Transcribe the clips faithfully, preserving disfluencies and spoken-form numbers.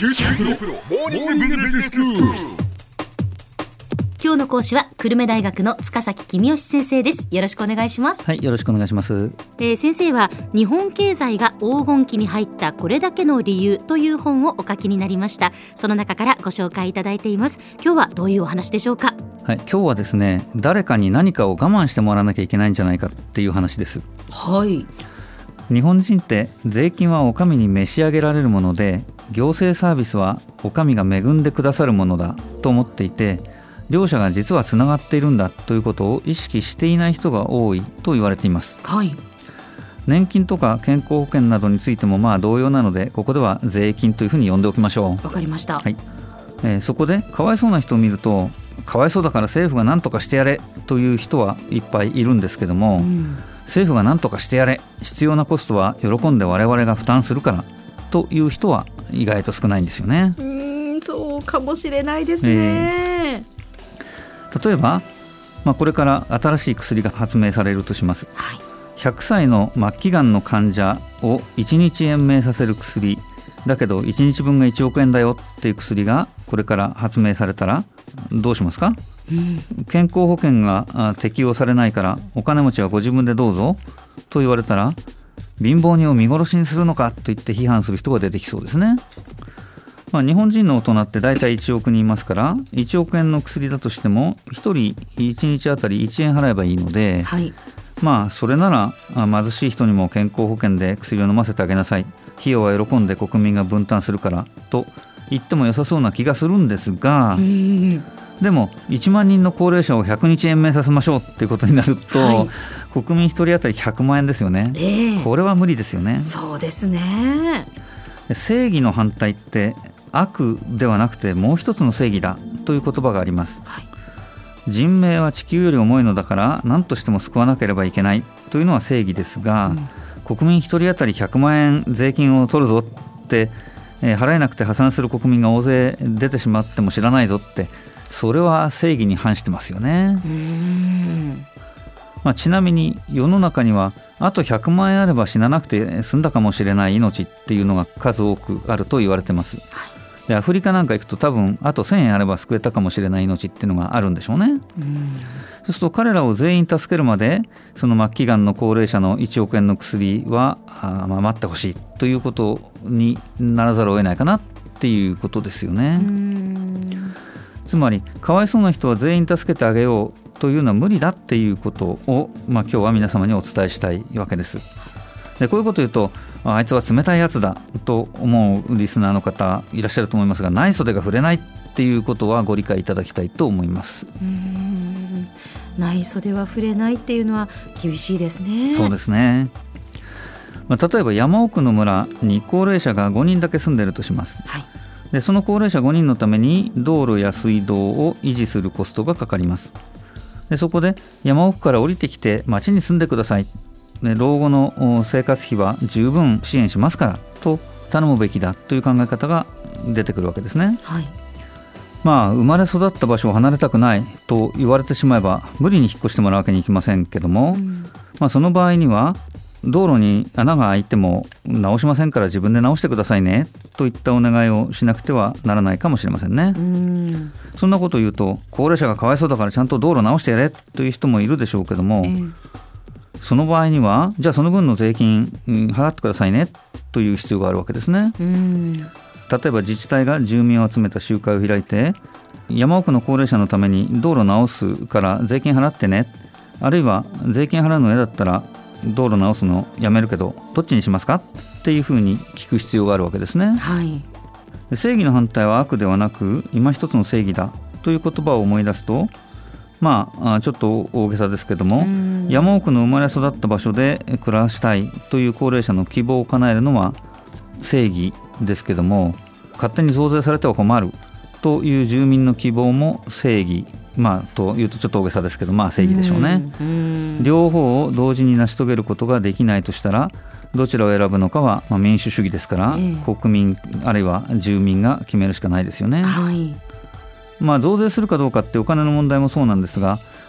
キューティープロモーニングビジネススクール。 今日の講師は久留米大学の塚崎公義先生です。よろしくお願いします。 はい、よろしくお願いします。 えー、先生は日本経済が黄金期に入ったこれだけの理由という本をお書きになりました。その中からご紹介いただいています。今日はどういうお話でしょうか？ はい、今日はですね、誰かに何かを我慢してもらわなきゃいけないんじゃないかっていう話です。 はい。 日本人って税金はお上に召し上げられるもので、行政サービスはお上が恵んでくださるものだと思っていて、両者が実はつながっているんだということを意識していない人が多いと言われています。 はい。 年金とか健康保険などについてもまあ同様なので、ここでは税金というふうに呼んでおきましょう。 わかりました。 はい。えー、そこでかわいそうな人を見ると、かわいそうだから政府が何とかしてやれという人はいっぱいいるんですけども、うん、政府が何とかしてやれ、必要なコストは喜んで我々が負担するからという人は意外と少ないんですよね。 うーん、そうかもしれないですね。えー例えば、まあ、これから新しい薬が発明されるとします。 はい、 ひゃくさいの末期がんの患者をいちにち延命させる薬だけどいちにちぶんがいちおくえんだよっていう薬がこれから発明されたらどうしますか？うん、健康保険が適用されないからお金持ちはご自分でどうぞと言われたら、貧乏人を見殺しにするのかと言って批判する人が出てきそうですね。まあ、日本人の大人ってだいたいいちおくにんいますから、いちおくえんの薬だとしてもひとりいちにちあたりいちえん払えばいいので、 はい、 まあそれなら貧しい人にも健康保険で薬を飲ませてあげなさい、費用は喜んで国民が分担するからと言っても良さそうな気がするんですが、 うんでもいちまんにんの高齢者をひゃくにち延命させましょうっていうことになると、はい、国民ひとり当たりひゃくまんえんですよね。 えー、 これは無理ですよね。 そうですね。 正義の反対って悪ではなくてもう一つの正義だという言葉があります。はい、人命は地球より重いのだから何としても救わなければいけないというのは正義ですが、うん、国民ひとり当たりひゃくまんえん税金を取るぞって、えー、払えなくて破産する国民が大勢出てしまっても知らないぞって、それは正義に反してますよね。 うーん、 まあ、ちなみに世の中にはあとひゃくまんえんあれば死ななくて済んだかもしれない命っていうのが数多くあると言われてます。はい、でアフリカなんか行くと多分あとせんえんあれば救えたかもしれない命っていうのがあるんでしょうね。うん、そうすると彼らを全員助けるまでその末期がんの高齢者のいちおくえんの薬はあ、まあ、待ってほしいということにならざるを得ないかなっていうことですよね。うん、つまりかわいそうな人は全員助けてあげようというのは無理だっていうことを、まあ、今日は皆様にお伝えしたいわけです。でこういうことを言うと、あいつは冷たいやつだと思うリスナーの方いらっしゃると思いますが、内袖が触れないっていうことはご理解いただきたいと思います。 うーん、内袖は触れないっていうのは厳しいですね。 そうですね。まあ、例えば山奥の村に高齢者がごにんだけ住んでいるとします。はい、でその高齢者ごにんのために道路や水道を維持するコストがかかります。でそこで山奥から降りてきて町に住んでください、で老後の生活費は十分支援しますからと頼むべきだという考え方が出てくるわけですね。はい、まあ生まれ育った場所を離れたくないと言われてしまえば無理に引っ越してもらうわけにいきませんけども、うん、まあ、その場合には道路に穴が開いても直しませんから自分で直してくださいねといったお願いをしなくてはならないかもしれませんね。うん、そんなことを言うと高齢者がかわいそうだからちゃんと道路直してやれという人もいるでしょうけども、えー、その場合にはじゃあその分の税金、うん、払ってくださいねという必要があるわけですね。うん、例えば自治体が住民を集めた集会を開いて、山奥の高齢者のために道路直すから税金払ってね、あるいは税金払うの嫌だったら道路直すのやめるけどどっちにしますかっていうふうに聞く必要があるわけですね。はい、正義の反対は悪ではなく今一つの正義だという言葉を思い出すと、まあちょっと大げさですけども、山奥の生まれ育った場所で暮らしたいという高齢者の希望を叶えるのは正義ですけども、勝手に増税されては困るという住民の希望も正義、まあというとちょっと大げさですけど、まあ正義でしょうね。うんうん、両方を同時に成し遂げることができないとしたらどちらを選ぶのかは、まあ、民主主義ですから、えー、国民あるいは住民が決めるしかないですよね。はい、まあ、増税するかどうかってお金の問題もそうなんですが、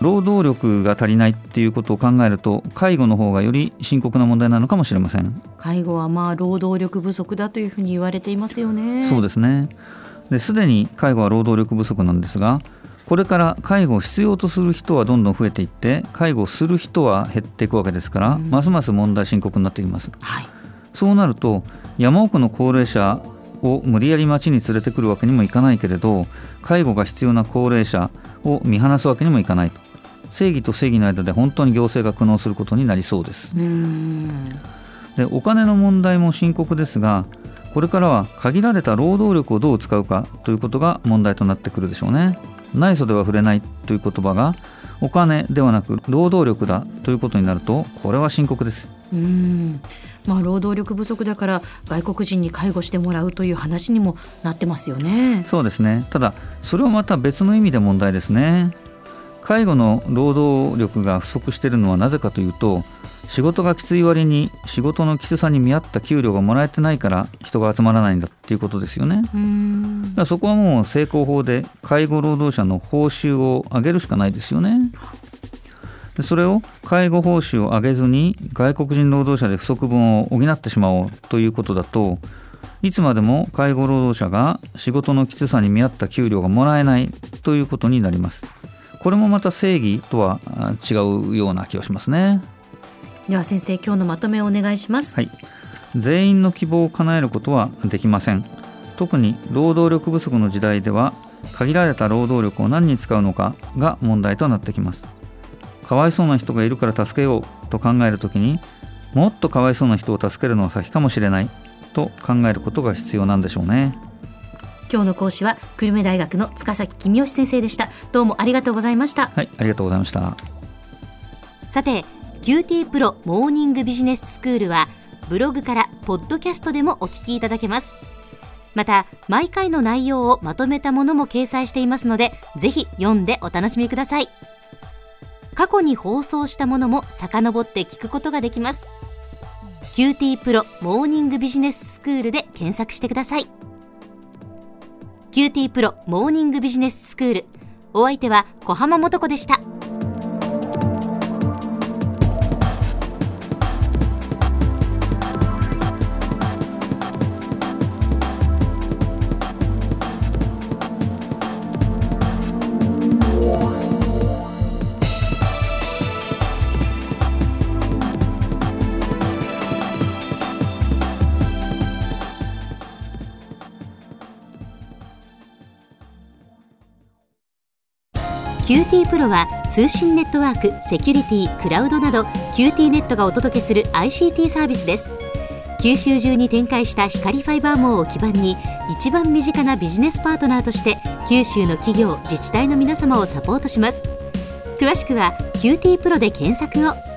労働力が足りないっていうことを考えると、介護の方がより深刻な問題なのかもしれません。 介護はまあ労働力不足だというふうに言われていますよね。 そうですね。ですでに介護は労働力不足なんですが、これから介護を必要とする人はどんどん増えていって、介護する人は減っていくわけですから、うん、ますます問題深刻になってきます、はい、そうなると山奥の高齢者を無理やり町に連れてくるわけにもいかないけれど、介護が必要な高齢者を見放すわけにもいかないと、正義と正義の間で本当に行政が苦悩することになりそうです。うーんでお金の問題も深刻ですが、これからは限られた労働力をどう使うかということが問題となってくるでしょうね。ない袖は触れないという言葉がお金ではなく労働力だということになると、これは深刻です。 うーん、まあ、労働力不足だから外国人に介護してもらうという話にもなってますよね。 そうですね。ただそれはまた別の意味で問題ですね。介護の労働力が不足しているのはなぜかというと、仕事がきつい割に仕事のきつさに見合った給料がもらえてないから人が集まらないんだっていうことですよね。うーん、だからそこはもう成功法で介護労働者の報酬を上げるしかないですよね。でそれを介護報酬を上げずに外国人労働者で不足分を補ってしまおうということだと、いつまでも介護労働者が仕事のきつさに見合った給料がもらえないということになります。これもまた正義とは違うような気がしますね。 では先生、今日のまとめをお願いします。 はい、全員の希望を叶えることはできません。特に労働力不足の時代では、限られた労働力を何に使うのかが問題となってきます。かわいそうな人がいるから助けようと考えるときに、もっとかわいそうな人を助けるのは先かもしれないと考えることが必要なんでしょうね。 今日の講師は久留米大学の塚崎公義先生でした。どうもありがとうございました。 はい、ありがとうございました。 さて、キューティープロモーニングビジネススクールはブログからポッドキャストでもお聞きいただけます。また毎回の内容をまとめたものも掲載していますので、ぜひ読んでお楽しみください。過去に放送したものも遡って聞くことができます。キューティープロモーニングビジネススクールで検索してください。キューティープロモーニングビジネススクール、お相手は小浜もとこでした。キューティープロは通信ネットワーク、セキュリティ、クラウドなど キューティーネットがお届けする アイシーティー サービスです。九州中に展開した光ファイバー網を基盤に、一番身近なビジネスパートナーとして九州の企業、自治体の皆様をサポートします。詳しくは キューティープロで検索を。